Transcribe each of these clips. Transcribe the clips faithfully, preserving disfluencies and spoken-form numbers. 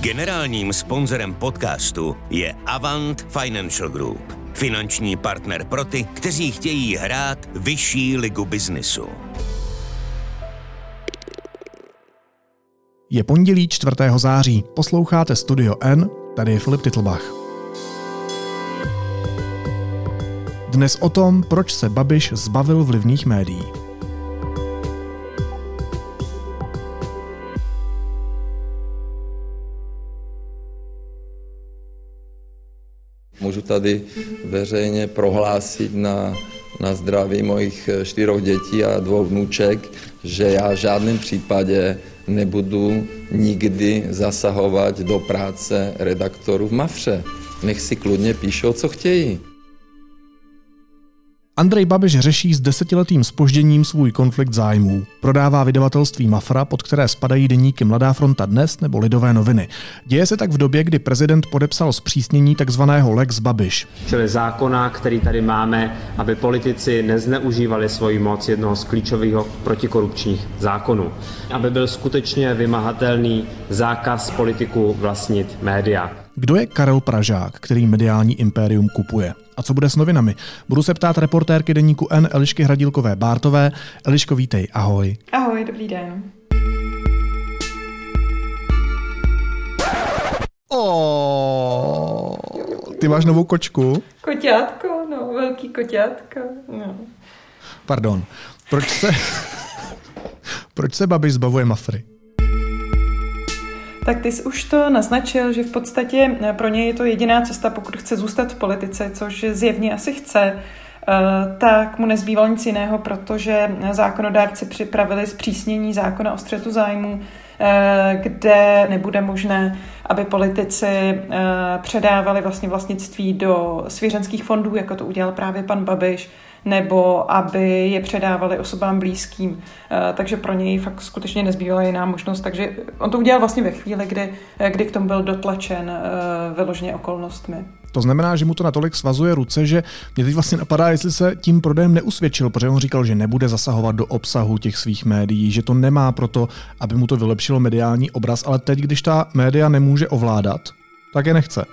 Generálním sponzorem podcastu je Avant Financial Group. Finanční partner pro ty, kteří chtějí hrát vyšší ligu biznisu. Je pondělí čtvrtého září. Posloucháte Studio N, tady je Filip Titlbach. Dnes o tom, proč se Babiš zbavil vlivných médií. Můžu tady veřejně prohlásit na, na zdraví mojich čtyřech dětí a dvou vnuček, že já v žádném případě nebudu nikdy zasahovat do práce redaktorů v Mafře. Nech si klidně píšou, co chtějí. Andrej Babiš řeší s desetiletým zpožděním svůj konflikt zájmů. Prodává vydavatelství Mafra, pod které spadají deníky Mladá fronta Dnes nebo Lidové noviny. Děje se tak v době, kdy prezident podepsal zpřísnění takzvaného Lex Babiš. Čili zákona, který tady máme, aby politici nezneužívali svoji moc, jednoho z klíčových protikorupčních zákonů. Aby byl skutečně vymahatelný zákaz politiků vlastnit média. Kdo je Karel Pražák, který mediální impérium kupuje? A co bude s novinami? Budu se ptát reportérky deníku N Elišky Hradílkové-Bártové. Eliško, vítej, ahoj. Ahoj, dobrý den. Oh, ty máš novou kočku? Koťátko, no, velký koťátko. No. Pardon, proč se, proč se Babiš zbavuje Mafry? Tak ty jsi už to naznačil, že v podstatě pro něj je to jediná cesta, pokud chce zůstat v politice, což zjevně asi chce, tak mu nezbývalo nic jiného, protože zákonodárci připravili zpřísnění zákona o střetu zájmů, kde nebude možné, aby politici předávali vlastně vlastnictví do svěřenských fondů, jako to udělal právě pan Babiš, nebo aby je předávali osobám blízkým. Takže pro něj fakt skutečně nezbývala jiná možnost. Takže on to udělal vlastně ve chvíli, kdy, kdy k tomu byl dotlačen vyloženě okolnostmi. To znamená, že mu to natolik svazuje ruce, že mě teď vlastně napadá, jestli se tím prodejem neusvědčil, protože on říkal, že nebude zasahovat do obsahu těch svých médií, že to nemá proto, aby mu to vylepšilo mediální obraz, ale teď, když ta média nemůže ovládat, tak je nechce.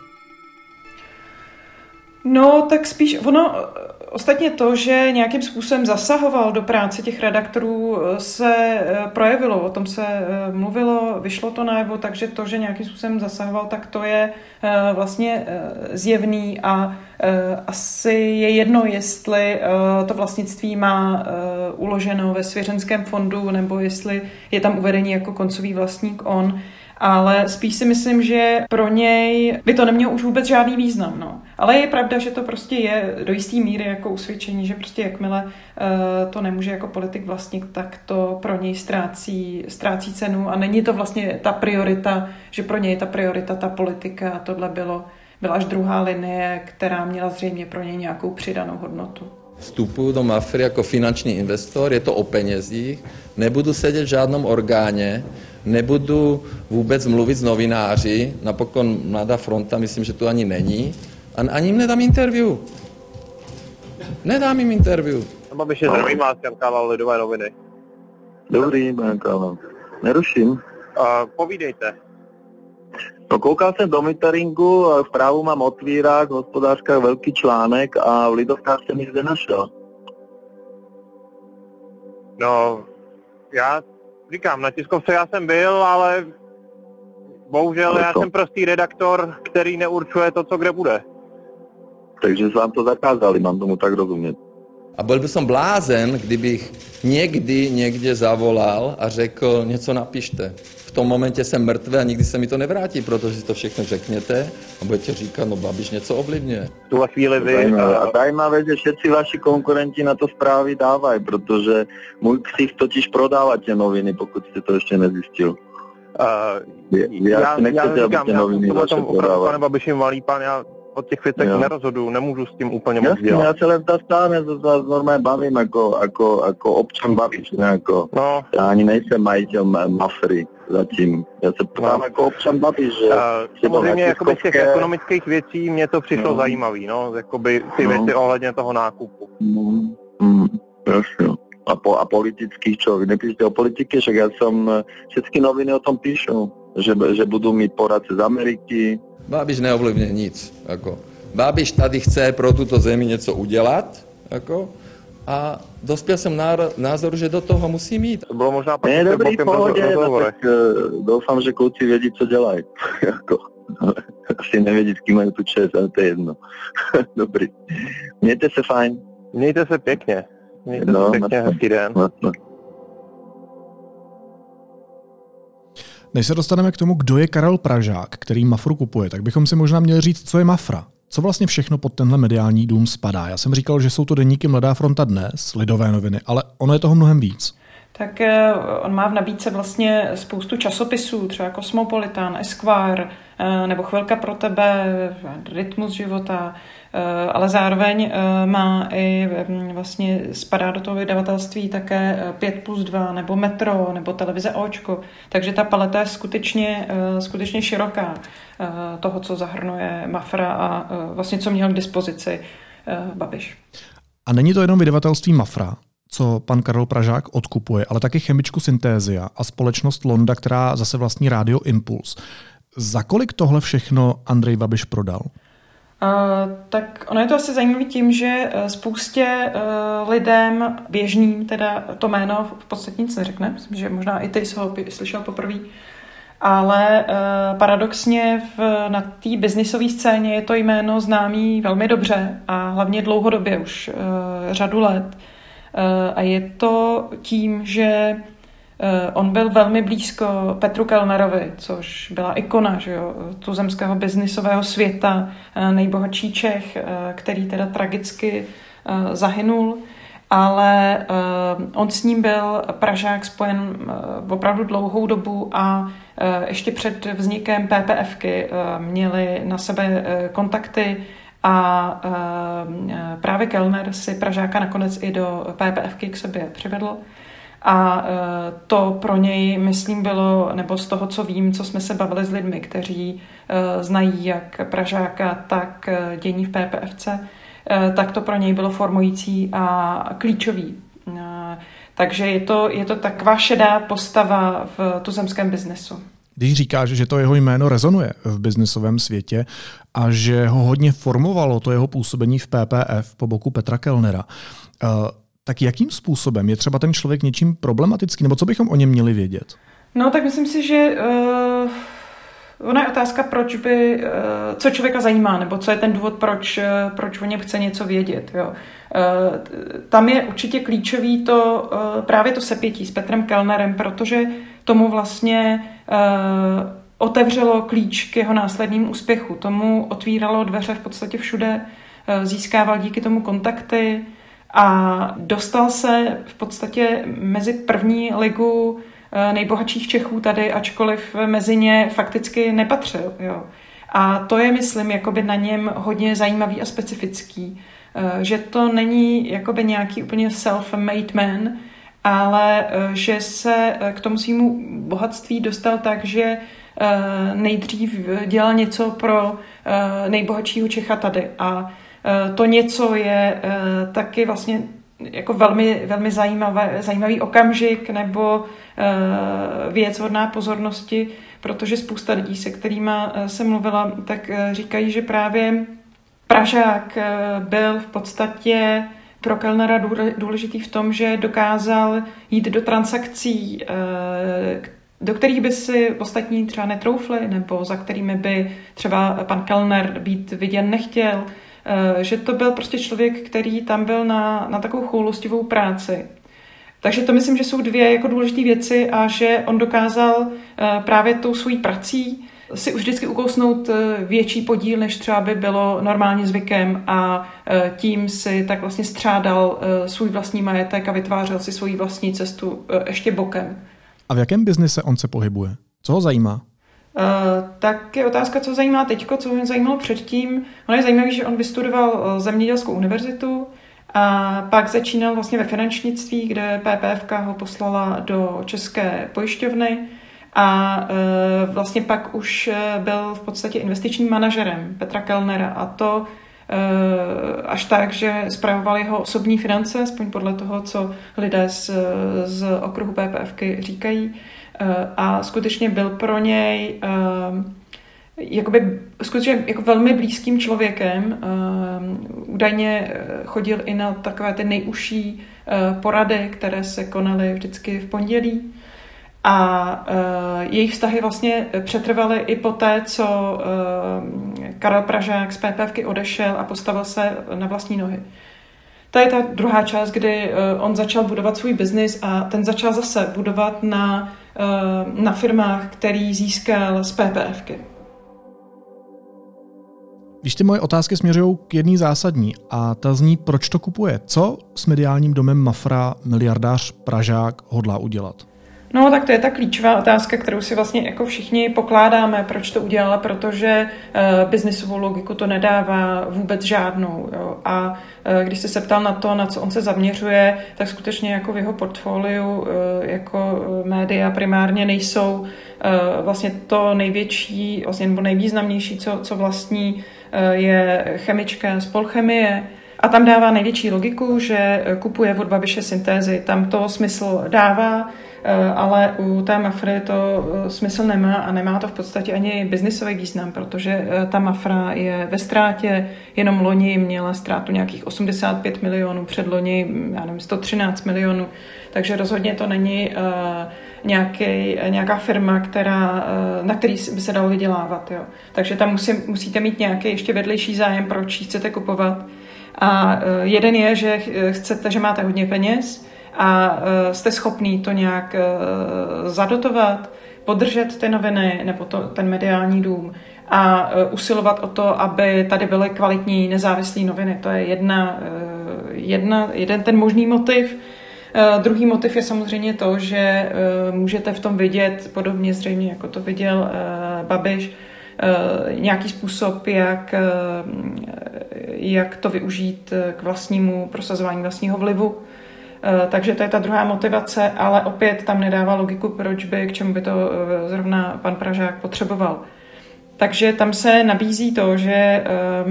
No, tak spíš ono, ostatně to, že nějakým způsobem zasahoval do práce těch redaktorů, se projevilo, o tom se mluvilo, vyšlo to najevo, takže to, že nějakým způsobem zasahoval, tak to je vlastně zjevný a asi je jedno, jestli to vlastnictví má uloženo ve svěřenském fondu, nebo jestli je tam uvedený jako koncový vlastník on. Ale spíš si myslím, že pro něj by to nemělo už vůbec žádný význam. No. Ale je pravda, že to prostě je do jisté míry jako usvědčení, že prostě jakmile uh, to nemůže jako politik vlastnit, tak to pro něj ztrácí, ztrácí cenu a není to vlastně ta priorita, že pro něj ta priorita, ta politika a tohle bylo, byla až druhá linie, která měla zřejmě pro něj nějakou přidanou hodnotu. Vstupuju do Mafry jako finanční investor, je to o penězích, nebudu sedět v žádném orgáně, nebudu vůbec mluvit s novináři, napokon Mladá fronta, myslím, že tu ani není, a ani jim nedám interview. Nedám jim interview. Babiš je zdravý, má Jan Lidové noviny. Dobrý, pane Kálo. Neruším. Uh, povídejte. No, koukal jsem do monitoringu, v právu mám otvírák, v hospodářkách velký článek a v Lidovkách jsem nic nenašel. No, já říkám, na tiskovce já jsem byl, ale bohužel já jsem prostý redaktor, který neurčuje to, co kde bude. Takže vám to zakázali, mám tomu tak rozumět. A byl bych som blázen, kdybych někdy někde zavolal a řekl, něco napište. V tom momentě jsem mrtvý a nikdy se mi to nevrátí, protože si to všechno řekněte a budete říkat, no Babiš něco ovlivňuje. V tuhle chvíli vy... Zajímavé. A zajímavé, že všetci vaši konkurenti na to zprávy dávají, protože můj ksich totiž prodává tě noviny, pokud jste to ještě nezjistil. Uh, já, já, nechcete, já říkám, aby noviny já vaše prodává. Pane Babiši, malý pan, já o těch věcech jo. nerozhoduju, nemůžu s tím úplně moc dělat. Já se len dostávám, já se vás normálně bavím jako, jako, jako občan Babiš, ne jako, no. Já ani nejsem majitel Mafry zatím, já se ptám no. jako občan Babiš, že... Uh, samozřejmě jakoby z těch ekonomických věcí mě to přišlo no. zajímavý, no, jakoby ty no. věci ohledně toho nákupu. Mm, mm, jasně. A, po, a politických čo? Vy nepíšete o politike, však ja som, všetky noviny o tom píšu. že, že budou mít poradce z Ameriky. Babiš neovlivňuje nic. Jako. Babiš tady chce pro tuto zemi něco udělat jako, a dospěl jsem názoru, že do toho musí mít. To bylo možná pak ne, dobrý, v pohodě, no, tak uh, doufám, že kluci vědí, co dělají. Jako, asi nevědí, s kým mají tu čest, ale to je jedno. Dobrý. Mějte se fajn. Mějte se pěkně. Mějte no, se pěkně, hezký den. No, no. Než se dostaneme k tomu, kdo je Karel Pražák, který Mafru kupuje, tak bychom si možná měli říct, co je Mafra. Co vlastně všechno pod tenhle mediální dům spadá? Já jsem říkal, že jsou to deníky Mladá fronta Dnes, Lidové noviny, ale ono je toho mnohem víc. Tak on má v nabídce vlastně spoustu časopisů, třeba Cosmopolitan, Esquire, nebo Chvilka pro tebe, Rytmus života, ale zároveň má i vlastně spadá do toho vydavatelství také pět plus dva, nebo Metro, nebo televize Očko. Takže ta paleta je skutečně, skutečně široká toho, co zahrnuje Mafra a vlastně co měl k dispozici Babiš. A není to jenom vydavatelství Mafra, co pan Karel Pražák odkupuje, ale taky chemičku Syntézia a společnost Londa, která zase vlastní Rádio Impuls. Za kolik tohle všechno Andrej Babiš prodal? Uh, tak ono je to asi zajímavé tím, že spoustě uh, lidem běžným, teda to jméno v podstatě nic neřekne, myslím, že možná i ty jsi ho slyšel poprvé, ale uh, paradoxně v, na té biznisové scéně je to jméno známý velmi dobře a hlavně dlouhodobě už uh, řadu let. Uh, a je to tím, že on byl velmi blízko Petru Kellnerovi, což byla ikona, že jo, tuzemského biznisového světa, nejbohatší Čech, který teda tragicky zahynul, ale on s ním byl Pražák spojen opravdu dlouhou dobu a ještě před vznikem PPFky měli na sebe kontakty a právě Kellner si Pražáka nakonec i do PPFky k sobě přivedl. A to pro něj, myslím, bylo, nebo z toho, co vím, co jsme se bavili s lidmi, kteří znají jak Pražáka, tak dění v PPFce, tak to pro něj bylo formující a klíčový. Takže je to, je to taková šedá postava v tuzemském biznesu. Když říkáš, že to jeho jméno rezonuje v biznesovém světě a že ho hodně formovalo to jeho působení v P P F po boku Petra Kellnera, tak jakým způsobem je třeba ten člověk něčím problematický, nebo co bychom o něm měli vědět? No tak myslím si, že uh, ona je otázka, proč by, uh, co člověka zajímá, nebo co je ten důvod, proč, uh, proč o něm chce něco vědět. Jo. Uh, tam je určitě klíčový to, uh, právě to sepětí s Petrem Kellnerem, protože tomu vlastně uh, otevřelo klíč k jeho následným úspěchu. Tomu otvíralo dveře v podstatě všude, uh, získával díky tomu kontakty, a dostal se v podstatě mezi první ligu nejbohatších Čechů tady, ačkoliv mezi ně fakticky nepatřil. Jo. A to je, myslím, jakoby na něm hodně zajímavý a specifický, že to není jakoby nějaký úplně self-made man, ale že se k tomu svýmu bohatství dostal tak, že nejdřív dělal něco pro nejbohatšího Čecha tady. A to něco je taky vlastně jako velmi, velmi zajímavé, zajímavý okamžik nebo věc hodná pozornosti, protože spousta lidí, se kterými jsem mluvila, tak říkají, že právě Pražák byl v podstatě pro Kellnera důležitý v tom, že dokázal jít do transakcí, do kterých by si ostatní třeba netroufli, nebo za kterými by třeba pan Kellner být viděn nechtěl, že to byl prostě člověk, který tam byl na, na takovou choulostivou práci. Takže to myslím, že jsou dvě jako důležité věci a že on dokázal právě tou svojí prací si už vždycky ukousnout větší podíl, než třeba by bylo normálně zvykem a tím si tak vlastně střádal svůj vlastní majetek a vytvářel si svoji vlastní cestu ještě bokem. A v jakém biznise on se pohybuje? Co ho zajímá? Uh, tak je otázka, co zajímá teďko, co ho zajímalo předtím. Ono je zajímavé, že on vystudoval zemědělskou univerzitu a pak začínal vlastně ve finančnictví, kde PPFka ho poslala do České pojišťovny a uh, vlastně pak už byl v podstatě investičním manažerem Petra Kellnera a to až tak, že spravoval jeho osobní finance, aspoň podle toho, co lidé z, z okruhu PPFky říkají. A skutečně byl pro něj jakoby skutečně jako velmi blízkým člověkem. Údajně chodil i na takové ty nejužší porady, které se konaly vždycky v pondělí. A jejich vztahy vlastně přetrvaly i poté, co Karel Pražák z PPFky odešel a postavil se na vlastní nohy. To je ta druhá část, kdy on začal budovat svůj biznis a ten začal zase budovat na, na firmách, který získal z PPFky. Když ty moje otázky směřují k jedné zásadní a ta zní, proč to kupuje? Co s mediálním domem Mafra miliardář Pražák hodlá udělat? No, tak to je ta klíčová otázka, kterou si vlastně jako všichni pokládáme, proč to udělala, protože uh, biznisovou logiku to nedává vůbec žádnou. Jo. A uh, když jsi se ptal na to, na co on se zaměřuje, tak skutečně jako v jeho portfoliu uh, jako média primárně nejsou uh, vlastně to největší, vlastně nebo nejvýznamnější, co, co vlastní, uh, je chemička z Polchemie. A tam dává největší logiku, že kupuje od Babiše Syntézy. Tam to smysl dává, ale u té Mafry to smysl nemá a nemá to v podstatě ani biznisový význam, protože ta Mafra je ve ztrátě, jenom loni měla ztrátu nějakých osmdesát pět milionů, předloni, já nevím, sto třináct milionů, takže rozhodně to není nějaký, nějaká firma, která, na který by se dalo vydělávat. Jo. Takže tam musí, musíte mít nějaký ještě vedlejší zájem, proč ji chcete kupovat. A jeden je, že chcete, že máte hodně peněz a jste schopný to nějak zadotovat, podržet ty noviny nebo to, ten mediální dům a usilovat o to, aby tady byly kvalitní nezávislé noviny. To je jedna, jedna, jeden ten možný motiv. Druhý motiv je samozřejmě to, že můžete v tom vidět, podobně zřejmě jako to viděl Babiš, nějaký způsob, jak, jak to využít k vlastnímu prosazování vlastního vlivu. Takže to je ta druhá motivace, ale opět tam nedává logiku, proč by, k čemu by to zrovna pan Pražák potřeboval. Takže tam se nabízí to, že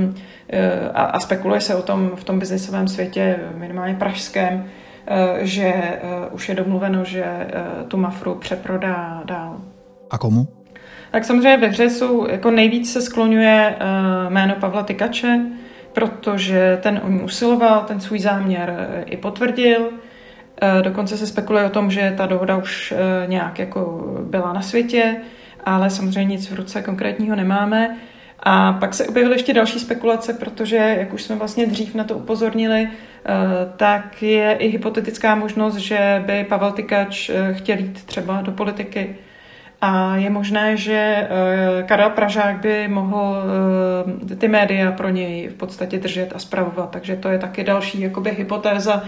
a spekuluje se o tom v tom biznisovém světě, minimálně pražském, že už je domluveno, že tu Mafru přeprodá dál. A komu? Tak samozřejmě ve hře jsou, jako nejvíc se skloňuje jméno Pavla Tykače, protože ten o ní usiloval, ten svůj záměr i potvrdil. Dokonce se spekuluje o tom, že ta dohoda už nějak jako byla na světě, ale samozřejmě nic v ruce konkrétního nemáme. A pak se objevily ještě další spekulace, protože, jak už jsme vlastně dřív na to upozornili, tak je i hypotetická možnost, že by Pavel Tykač chtěl jít třeba do politiky. A je možné, že Karel Pražák by mohl ty média pro něj v podstatě držet a spravovat. Takže to je taky další jakoby hypotéza,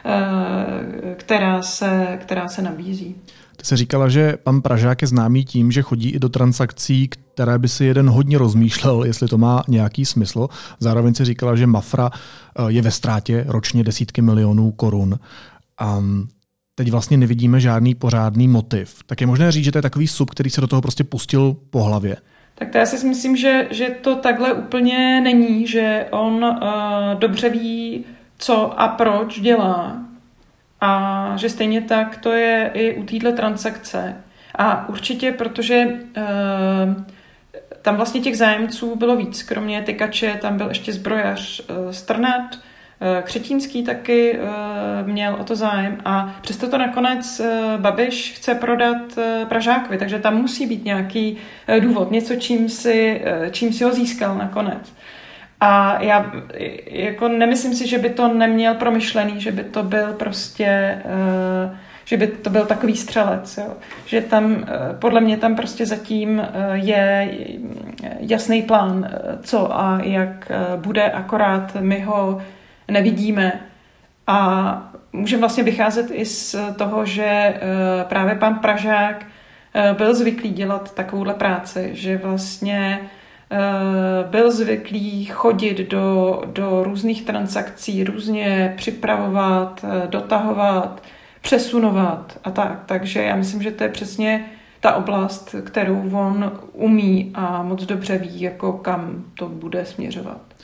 která se, která se nabízí. Ty jsi říkala, že pan Pražák je známý tím, že chodí i do transakcí, které by si jeden hodně rozmýšlel, jestli to má nějaký smysl. Zároveň si říkala, že Mafra je ve ztrátě ročně desítky milionů korun. Um, Teď vlastně nevidíme žádný pořádný motiv. Tak je možné říct, že to je takový sub, který se do toho prostě pustil po hlavě? Tak to já si myslím, že, že to takhle úplně není, že on uh, dobře ví, co a proč dělá. A že stejně tak to je i u téhle transakce. A určitě, protože uh, tam vlastně těch zájemců bylo víc. Kromě Tykače tam byl ještě zbrojař uh, Strnad, Křetínský taky měl o to zájem a přesto to nakonec Babiš chce prodat Pražákovi, takže tam musí být nějaký důvod, něco, čím si, čím si ho získal nakonec. A já jako nemyslím si, že by to neměl promyšlený, že by to byl prostě, že by to byl takový střelec. Jo. Že tam, podle mě tam prostě zatím je jasný plán, co a jak bude, akorát my ho nevidíme. A můžeme vlastně vycházet i z toho, že právě pan Pražák byl zvyklý dělat takovouhle práci, že vlastně byl zvyklý chodit do, do různých transakcí, různě připravovat, dotahovat, přesunovat a tak. Takže já myslím, že to je přesně ta oblast, kterou on umí a moc dobře ví, jako kam to bude směřovat.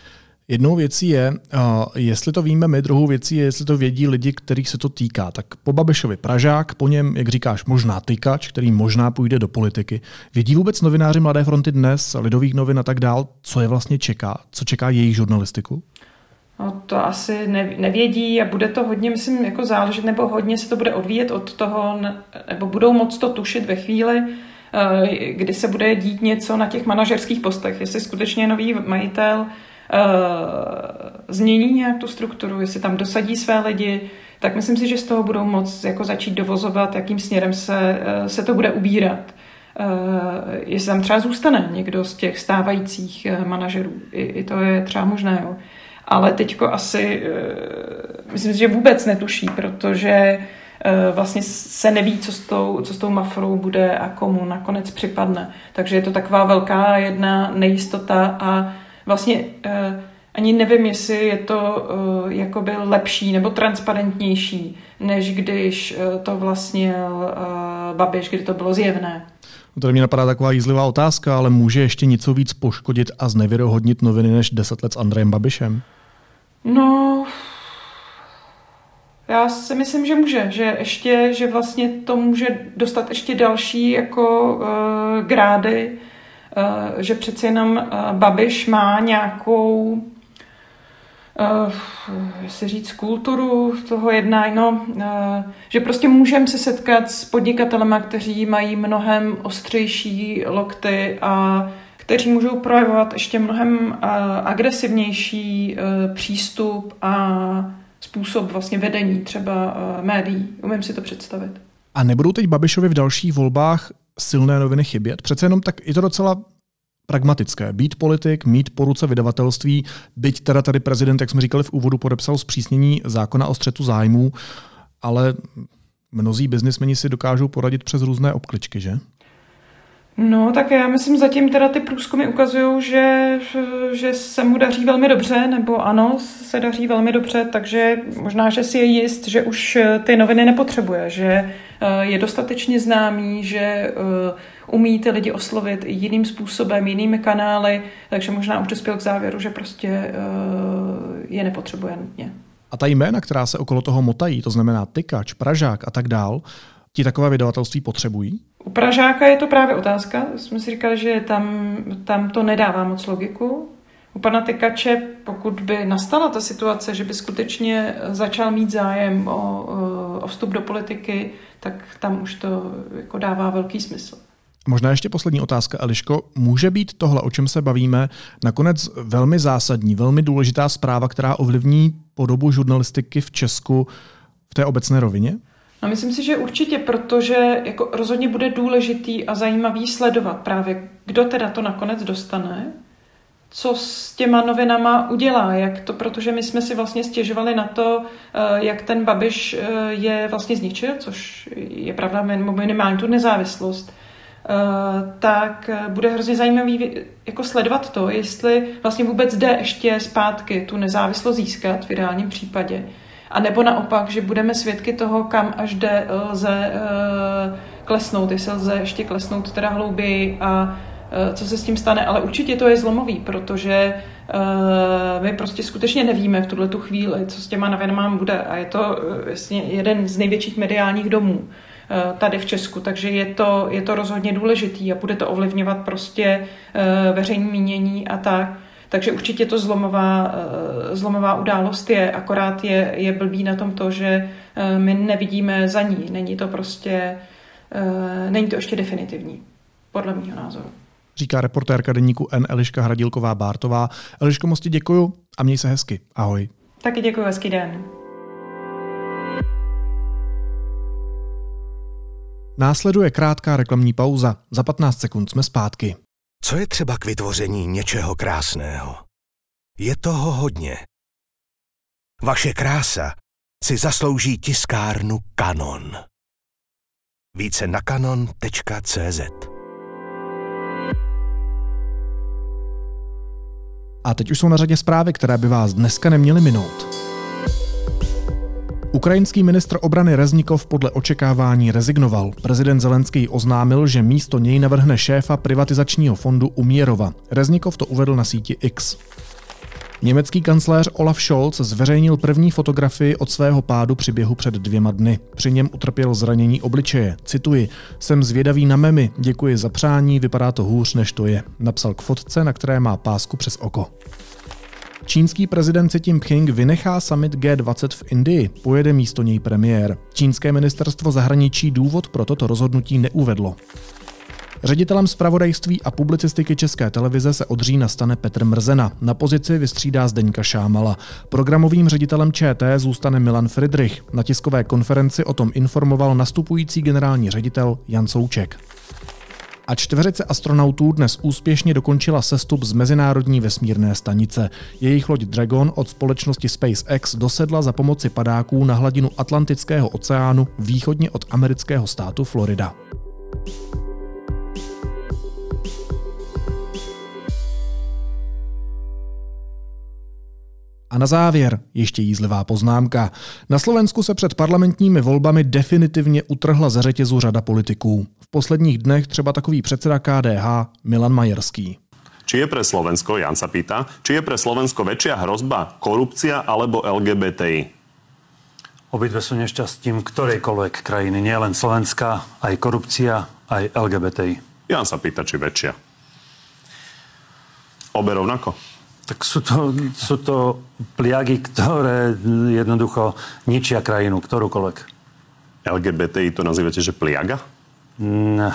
Jednou věcí je, jestli to víme my, druhou věcí je, jestli to vědí lidi, kterých se to týká. Tak po Babišovi Pražák, po něm, jak říkáš, možná tykač, který možná půjde do politiky. Vědí vůbec novináři Mladé fronty Dnes, Lidových novin a tak dál, co je vlastně čeká? Co čeká jejich žurnalistiku? No, to asi nevědí a bude to hodně, myslím, jako záležet, nebo hodně se to bude odvíjet od toho, nebo budou moc to tušit ve chvíli, kdy se bude dít něco na těch manažerských postech. Jestli skutečně nový majitel změní nějak tu strukturu, jestli tam dosadí své lidi, tak myslím si, že z toho budou moc jako začít dovozovat, jakým směrem se, se to bude ubírat. Jestli tam třeba zůstane někdo z těch stávajících manažerů. I, i to je třeba možné, jo. Ale teďko asi, myslím si, že vůbec netuší, protože vlastně se neví, co s tou, co s tou Mafrou bude a komu nakonec připadne. Takže je to taková velká jedna nejistota a vlastně ani nevím, jestli je to jakoby lepší nebo transparentnější, než když to vlastně Babiš, kdy to bylo zjevné. Tady mě napadá taková jízlivá otázka, ale může ještě něco víc poškodit a znevěrohodnit noviny než deset let s Andrejem Babišem? No, já si myslím, že může, že ještě, že vlastně to může dostat ještě další jako uh, grády, uh, že přeci jenom uh, Babiš má nějakou, uh, jestli říct, kulturu toho jednání, no, uh, že prostě můžeme se setkat s podnikatelema, kteří mají mnohem ostřejší lokty a kteří můžou projevovat ještě mnohem uh, agresivnější uh, přístup a způsob vlastně vedení třeba uh, médií. Umím si to představit. A nebudou teď Babišovi v dalších volbách silné noviny chybět? Přece jenom tak je to docela pragmatické. Být politik, mít po ruce vydavatelství, byť teda tady prezident, jak jsme říkali v úvodu, podepsal zpřísnění zákona o střetu zájmů, ale mnozí biznismeni si dokážou poradit přes různé obkličky, že? No, tak já myslím, zatím teda ty průzkumy ukazují, že, že se mu daří velmi dobře, nebo ano, se daří velmi dobře, takže možná, že si je jist, že už ty noviny nepotřebuje, že je dostatečně známý, že umí ty lidi oslovit i jiným způsobem, jinými kanály, takže možná už dospěl k závěru, že prostě je nepotřebuje nutně. A ta jména, která se okolo toho motají, to znamená Tykač, Pražák a tak dál, ti takové vydavatelství potřebují? U Pražáka je to právě otázka. Jsme si říkali, že tam, tam to nedává moc logiku. U pana Tykače, pokud by nastala ta situace, že by skutečně začal mít zájem o, o vstup do politiky, tak tam už to jako dává velký smysl. Možná ještě poslední otázka, Eliško. Může být tohle, o čem se bavíme, nakonec velmi zásadní, velmi důležitá zpráva, která ovlivní podobu žurnalistiky v Česku v té obecné rovině? No, myslím si, že určitě, protože jako rozhodně bude důležitý a zajímavý sledovat právě, kdo teda to nakonec dostane, co s těma novinama udělá, jak to, protože my jsme si vlastně stěžovali na to, jak ten Babiš je vlastně zničil, což je pravda, minimálně tu nezávislost, tak bude hrozně zajímavý jako sledovat to, jestli vlastně vůbec jde ještě zpátky tu nezávislost získat v ideálním případě. A nebo naopak, že budeme svědky toho, kam až jde lze uh, klesnout, jestli lze ještě klesnout teda hlouběji a uh, co se s tím stane. Ale určitě to je zlomový, protože uh, my prostě skutečně nevíme v tuhletu chvíli, co s těma novinama bude. A je to uh, vlastně jeden z největších mediálních domů uh, tady v Česku, takže je to, je to rozhodně důležitý a bude to ovlivňovat prostě uh, veřejné mínění a tak. Takže určitě to zlomová, zlomová událost je, akorát je, je blbý na tom to, že my nevidíme za ní. Není to prostě, není to ještě definitivní, podle mého názoru. Říká reportérka deníku N Eliška Hradílková-Bártová. Eliško, moc ti děkuju a měj se hezky. Ahoj. Taky děkuju, hezký den. Následuje krátká reklamní pauza. Za patnáct sekund jsme zpátky. Co je třeba k vytvoření něčeho krásného? Je toho hodně. Vaše krása si zaslouží tiskárnu Canon. Více na canon tečka cé zet. A teď už jsou na řadě zprávy, které by vás dneska neměly minout. Ukrajinský ministr obrany Reznikov podle očekávání rezignoval. Prezident Zelenský oznámil, že místo něj navrhne šéfa privatizačního fondu Umierova. Reznikov to uvedl na síti X. Německý kancléř Olaf Scholz zveřejnil první fotografii od svého pádu při běhu před dvěma dny. Při něm utrpěl zranění obličeje. Cituji: Jsem zvědavý na memy, děkuji za přání, vypadá to hůř, než to je. Napsal k fotce, na které má pásku přes oko. Čínský prezident Xi Jinping vynechá summit G dvacet v Indii, pojede místo něj premiér. Čínské ministerstvo zahraničí důvod pro toto rozhodnutí neuvedlo. Ředitelem zpravodajství a publicistiky České televize se od října stane Petr Mrzena. Na pozici vystřídá Zdeňka Šámala. Programovým ředitelem ČT zůstane Milan Fridrich. Na tiskové konferenci o tom informoval nastupující generální ředitel Jan Souček. A čtveřice astronautů dnes úspěšně dokončila sestup z mezinárodní vesmírné stanice. Jejich loď Dragon od společnosti SpaceX dosedla za pomoci padáků na hladinu Atlantického oceánu východně od amerického státu Florida. A na závěr ještě jízlivá poznámka. Na Slovensku se před parlamentními volbami definitivně utrhla ze řetězu řada politiků. V posledních dnech třeba takový předseda K D H Milan Majerský. Či je pre Slovensko, Jan sa pýta, či je pre Slovensko väčšia hrozba korupcia alebo L G B T I? Obidve sú nešťastím ktorejkoľvek krajiny, nie len Slovenska, aj korupcia, aj L G B T I. Jan sa pýta, či väčšia. Obe rovnako? Tak sú to, sú to pliagy, ktoré jednoducho ničia krajinu, ktorúkoľvek. L G B T I to nazývate, že pliaga? No.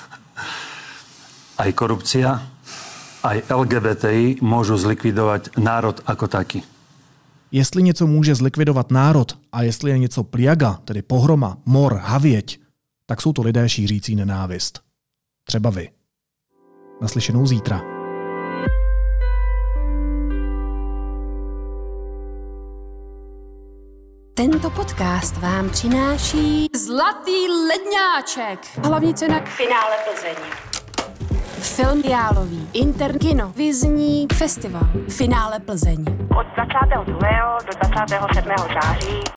Aj korupcia, aj L G B T I môžu zlikvidovať národ ako taký. Jestli něco může zlikvidovat národ a jestli je něco pliaga, tedy pohroma, mor, havěť, tak jsou to lidé šířící nenávist. Třeba vy. Naslyšenou zítra. Tento podcast vám přináší Zlatý ledňáček. Hlavní cena Finále Plzeň. Film Jálový. Interkino. Vizní festival. Finále Plzeň. Od dvacátého druhého do dvacátého sedmého září